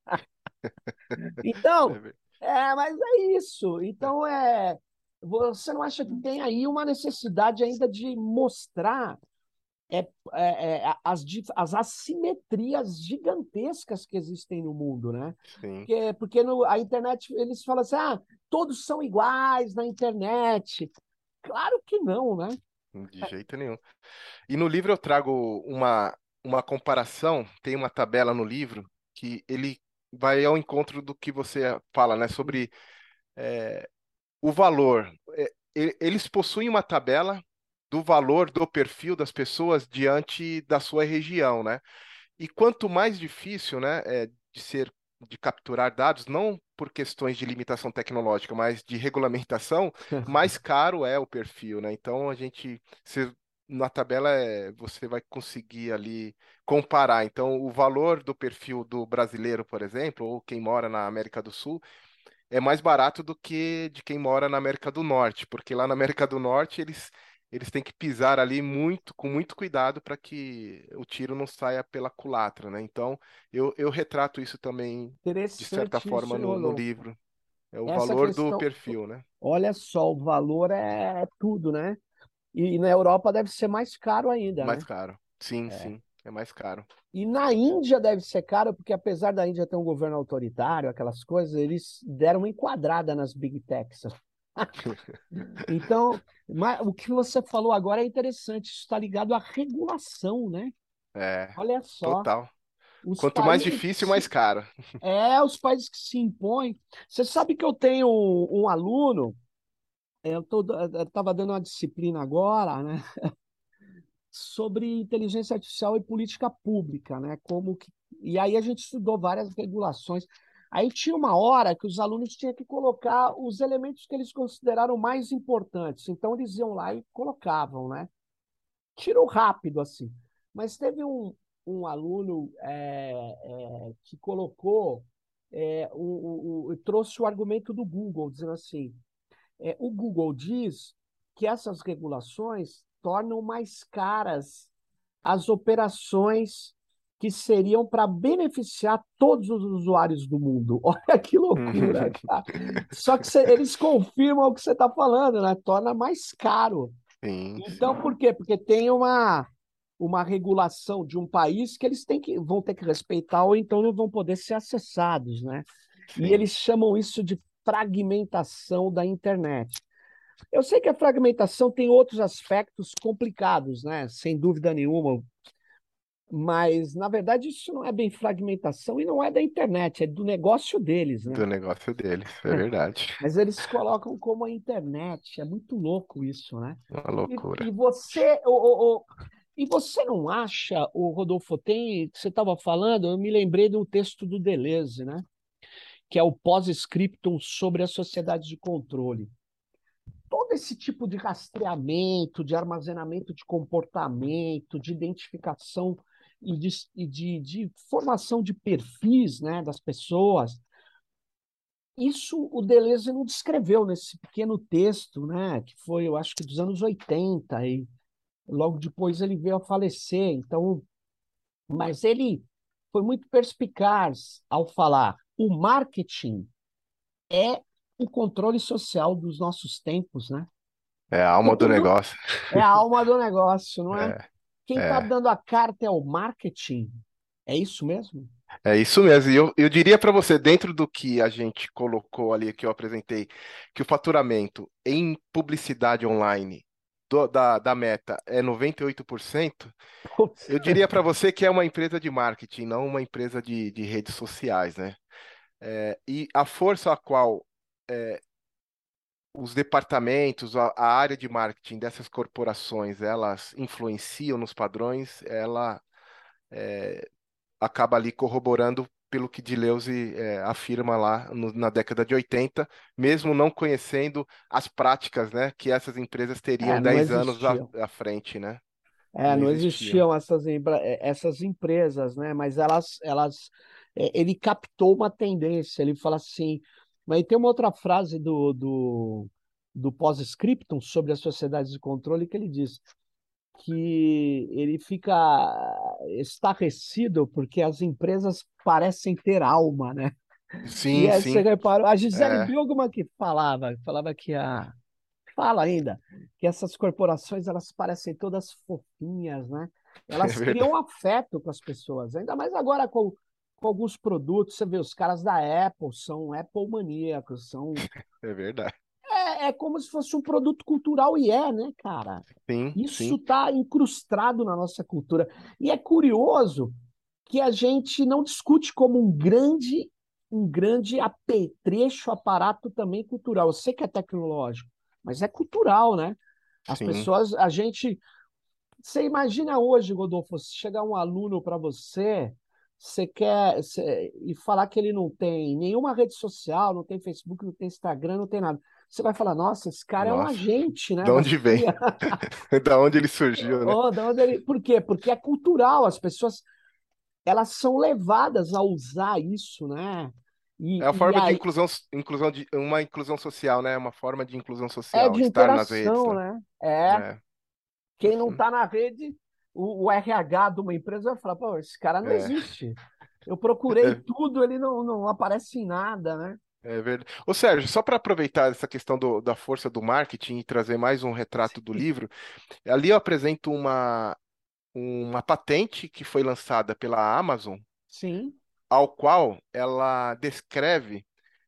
é Então, ver- é, mas é isso. Então, é, você não acha que tem aí uma necessidade ainda de mostrar é, é, é, as, dif- as assimetrias gigantescas que existem no mundo, né? sim, Porque, porque no, a internet, eles falam assim, ah, todos são iguais na internet. Claro que não, né? de jeito nenhum. E no livro eu trago uma, uma comparação, tem uma tabela no livro que ele vai ao encontro do que você fala, né, sobre é, o valor. É, e- eles possuem uma tabela do valor do perfil das pessoas diante da sua região, né? E quanto mais difícil, né, é, de ser, de capturar dados, não por questões de limitação tecnológica, mas de regulamentação, mais caro é o perfil, né? Então a gente, se, na tabela é, você vai conseguir ali comparar. Então o valor do perfil do brasileiro, por exemplo, ou quem mora na América do Sul, é mais barato do que de quem mora na América do Norte, porque lá na América do Norte eles, eles têm que pisar ali muito, com muito cuidado para que o tiro não saia pela culatra, né? Então, eu, eu retrato isso também, de certa Interessante isso, forma, hein, no, no Rodolfo? livro. É o Essa valor do questão, perfil, né? olha só, o valor é tudo, né? E na Europa deve ser mais caro ainda, Mais né? caro. Sim, sim, é mais caro. E na Índia deve ser caro, porque apesar da Índia ter um governo autoritário, aquelas coisas, eles deram uma enquadrada nas big techs. Então, mas o que você falou agora é interessante, isso está ligado à regulação, né? É, Olha só, total. os Quanto mais países que difícil, mais se, caro. é, os países que se impõem. Você sabe que eu tenho um, um aluno, eu estava dando uma disciplina agora, né? Sobre inteligência artificial e política pública, né? Como que... E aí a gente estudou várias regulações. Aí tinha uma hora que os alunos tinham que colocar os elementos que eles consideraram mais importantes. Então eles iam lá e colocavam, né? Tirou rápido assim. Mas teve um, um aluno é, é, que colocou, é, o, o, o- trouxe o argumento do Google, dizendo assim: é, o Google diz que essas regulações tornam mais caras as operações que seriam para beneficiar todos os usuários do mundo. Olha que loucura, cara. Só que cê- eles confirmam o que você está falando, né? Torna mais caro. Sim, Então, sim, por quê? Porque tem uma, uma regulação de um país que eles têm que, vão ter que respeitar, ou então não vão poder ser acessados, né? E sim. eles chamam isso de fragmentação da internet. Eu sei que a fragmentação tem outros aspectos complicados, né? Sem dúvida nenhuma, mas na verdade isso não é bem fragmentação e não é da internet, é do negócio deles, né? Do negócio deles, é verdade. Mas eles colocam como a internet, é muito louco isso, né? Uma E, loucura. e você, o, o, o- e você não acha, o Rodolfo, tem, que você estava falando, eu me lembrei de um texto do Deleuze, né? Que é o pós-scriptum sobre a sociedade de controle. Todo esse tipo de rastreamento, de armazenamento de comportamento, de identificação e de, e de, de formação de perfis, né, das pessoas, isso o Deleuze não descreveu nesse pequeno texto, né, que foi, eu acho que dos anos oitenta, e logo depois ele veio a falecer. Então, mas ele foi muito perspicaz ao falar: o marketing é o controle social dos nossos tempos, né? É a alma do Tudo negócio. é a alma do negócio, não é? É, Quem está é. dando a carta é o marketing. É isso mesmo? É isso mesmo. E eu, eu diria para você, dentro do que a gente colocou ali, que eu apresentei, que o faturamento em publicidade online do- da, da Meta é noventa e oito por cento, Putz. eu diria para você que é uma empresa de marketing, não uma empresa de, de redes sociais, né? É, e a força a qual os departamentos, a, a área de marketing dessas corporações, elas influenciam nos padrões, ela é, acaba ali corroborando pelo que Deleuze é, afirma lá no- na década de oitenta, mesmo não conhecendo as práticas, né, que essas empresas teriam É, não dez anos à, existiam. à frente, né? É, Não não existiam. existiam essas, embra- eh, essas empresas, né? Mas elas, elas, eh, ele captou uma tendência. Ele fala assim, mas tem uma outra frase do, do, do pós-scriptum sobre as sociedades de controle que ele diz que ele fica estarrecido porque as empresas parecem ter alma, né? E Sim, aí você sim, reparou, a Gisele é, Bündchen que falava, falava que a fala ainda que essas corporações elas parecem todas fofinhas, né? é Elas criam verdade, afeto com as pessoas, ainda mais agora com, com alguns produtos. Você vê, os caras da Apple são Apple maníacos, são é verdade. é, é como se fosse um produto cultural e é, né, cara? Sim, Isso sim, está incrustado na nossa cultura. E é curioso que a gente não discute como um grande, um grande apetrecho, aparato também cultural. Eu sei que é tecnológico, mas é cultural, né? As sim. pessoas, a gente. Você imagina hoje, Rodolfo, se chegar um aluno para você, você quer você- e falar que ele não tem nenhuma rede social, não tem Facebook, não tem Instagram, não tem nada. Você vai falar, nossa, esse cara é um Nossa, agente, né, da da onde vem? C I A. Da onde ele surgiu, né? Oh, da onde ele... Por quê? Porque é cultural, as pessoas elas são levadas a usar isso, né? É a E, e forma de aí inclusão, inclusão de, uma inclusão social, né? Uma forma de inclusão é social, de estar nas redes, interação, né? né? É, É, quem não uhum, está na rede, o, o R H de uma empresa vai falar, pô, esse cara não é, existe. Eu procurei é, tudo, ele não, não aparece em nada, né? é verdade. Ô, Sérgio, só para aproveitar essa questão do- da força do marketing e trazer mais um retrato do livro, ali eu apresento uma, uma patente que foi lançada pela Amazon, Sim, ao qual ela descreve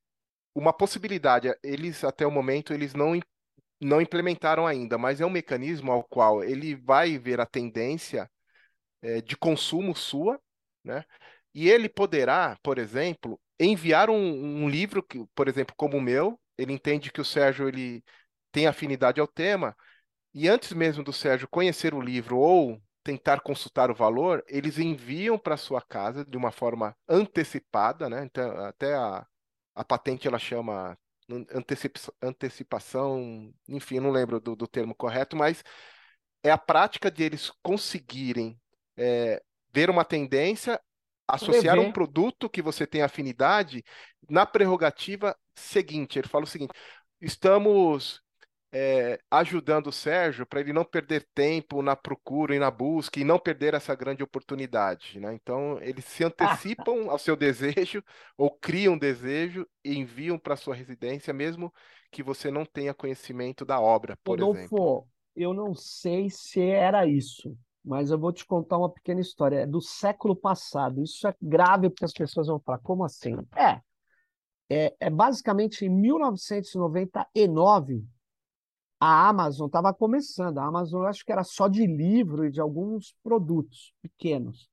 uma possibilidade. Eles, até o momento, eles não não implementaram ainda, mas é um mecanismo ao qual ele vai ver a tendência eh, de consumo sua, né? E ele poderá, por exemplo, enviar um, um livro que, por exemplo, como o meu, ele entende que o Sérgio ele tem afinidade ao tema, e antes mesmo do Sérgio conhecer o livro ou tentar consultar o valor, eles enviam para sua casa de uma forma antecipada, né? Então, até a, a patente ela chama antecip- antecipação, enfim, eu não lembro do, do termo correto, mas é a prática de eles conseguirem é, ver uma tendência, associar um prever. produto que você tem afinidade na prerrogativa seguinte. Ele fala o seguinte: estamos é, ajudando o Sérgio para ele não perder tempo na procura e na busca e não perder essa grande oportunidade, né? Então, eles se Ah, antecipam ao seu desejo ou criam um desejo e enviam para sua residência, mesmo que você não tenha conhecimento da obra, por exemplo. Rodolfo, eu não sei se era isso, mas eu vou te contar uma pequena história. É do século passado. Isso é grave porque as pessoas vão falar, como assim? É, é, é basicamente em mil novecentos e noventa e nove. A Amazon estava começando. A Amazon, eu acho que era só de livro e de alguns produtos pequenos.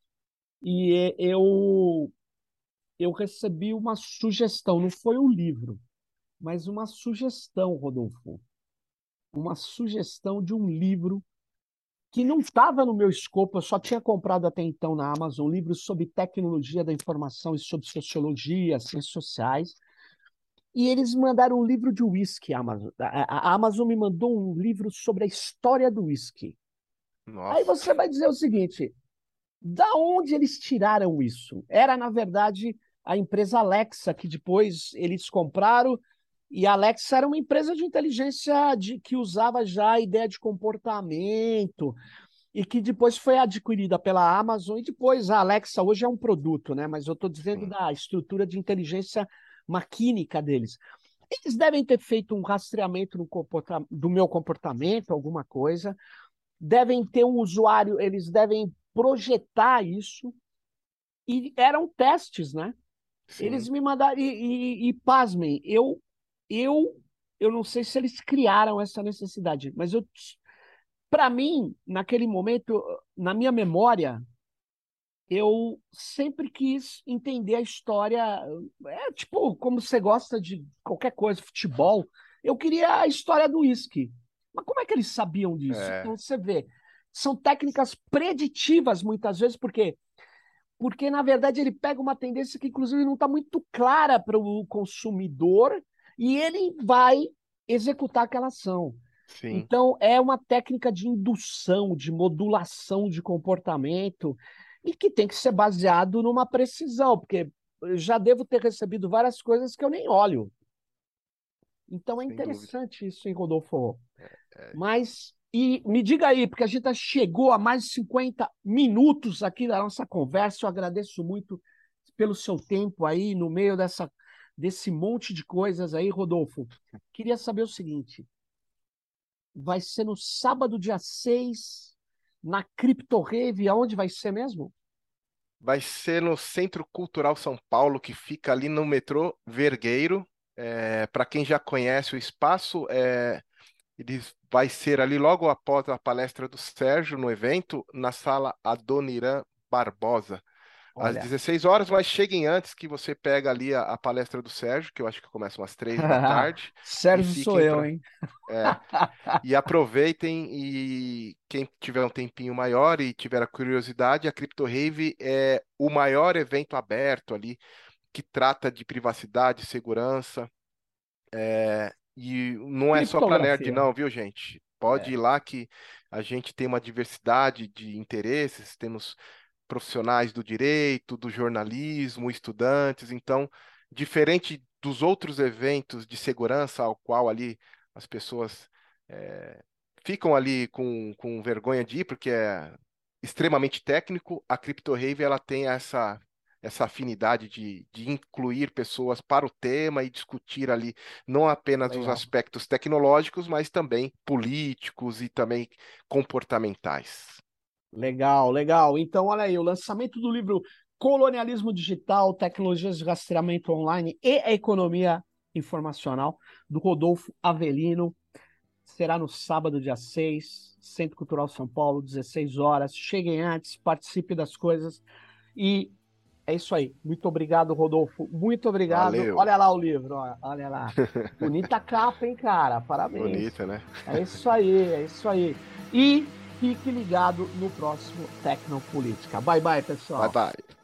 E eu, eu recebi uma sugestão, não foi um livro, mas uma sugestão, Rodolfo. Uma sugestão de um livro que não estava no meu escopo, eu só tinha comprado até então na Amazon livros sobre tecnologia da informação e sobre sociologia, ciências sociais. E eles mandaram um livro de whisky, a Amazon. A a Amazon me mandou um livro sobre a história do whisky. Aí Nossa, você vai dizer o seguinte: da onde eles tiraram isso? Era, na verdade, a empresa Alexa, que depois eles compraram, e a Alexa era uma empresa de inteligência de, que usava já a ideia de comportamento, e que depois foi adquirida pela Amazon, e depois a Alexa hoje é um produto, né? Mas eu estou dizendo sim. da estrutura de inteligência maquínica deles. Eles devem ter feito um rastreamento no comporta do meu comportamento, alguma coisa, devem ter um usuário, eles devem projetar isso, e eram testes, né? Eles Sim. me mandaram, e, e, e pasmem, eu, eu, eu não sei se eles criaram essa necessidade, mas eu, para mim, naquele momento, na minha memória, eu sempre quis entender a história. É tipo, como você gosta de qualquer coisa, futebol. Eu queria a história do uísque. Mas como é que eles sabiam disso? É, Então, você vê, são técnicas preditivas muitas vezes, porque porque na verdade ele pega uma tendência que inclusive não está muito clara para o consumidor e ele vai executar aquela ação. sim. Então é uma técnica de indução, de modulação de comportamento e que tem que ser baseado numa precisão, porque eu já devo ter recebido várias coisas que eu nem olho. Então é Sem dúvida. interessante isso, hein, Rodolfo? É, Mas, e me diga aí, porque a gente já chegou a mais de cinquenta minutos aqui da nossa conversa, eu agradeço muito pelo seu tempo aí, no meio dessa, desse monte de coisas aí, Rodolfo. Queria saber o seguinte, vai ser no sábado, dia seis na Crypto Rave, aonde vai ser mesmo? vai ser no Centro Cultural São Paulo, que fica ali no metrô Vergueiro. É, para quem já conhece o espaço, é, ele vai ser ali logo após a palestra do Sérgio no evento, na sala Adoniran Barbosa, às Olha, dezesseis horas, mas cheguem antes que você pega ali a, a palestra do Sérgio, que eu acho que começa umas três da tarde, e Sérgio sou fiquem eu, para hein? e aproveitem e quem tiver um tempinho maior e tiver a curiosidade, a Crypto Rave é o maior evento aberto ali que trata de privacidade, segurança, é, e não é só para nerd Criptografia. não, viu, gente? Pode É, ir lá que a gente tem uma diversidade de interesses, temos profissionais do direito, do jornalismo, estudantes, então, diferente dos outros eventos de segurança ao qual ali as pessoas é, ficam ali com, com vergonha de ir, porque é extremamente técnico, a Crypto Rave ela tem essa essa afinidade de, de incluir pessoas para o tema e discutir ali não apenas os legal. aspectos tecnológicos, mas também políticos e também comportamentais. Legal, legal. Então, olha aí, o lançamento do livro Colonialismo Digital, Tecnologias de Rastreamento Online e a Economia Informacional, do Rodolfo Avelino, será no sábado, dia seis, Centro Cultural São Paulo, dezesseis horas. Cheguem antes, participe das coisas. E é isso aí. Muito obrigado, Rodolfo. Muito obrigado. Valeu. Olha lá o livro, ó, olha lá. Bonita capa, hein, cara? Parabéns. Bonita, né? É isso aí, é isso aí. E fique ligado no próximo Tecnopolítica. Bye, bye, Bye pessoal. bye.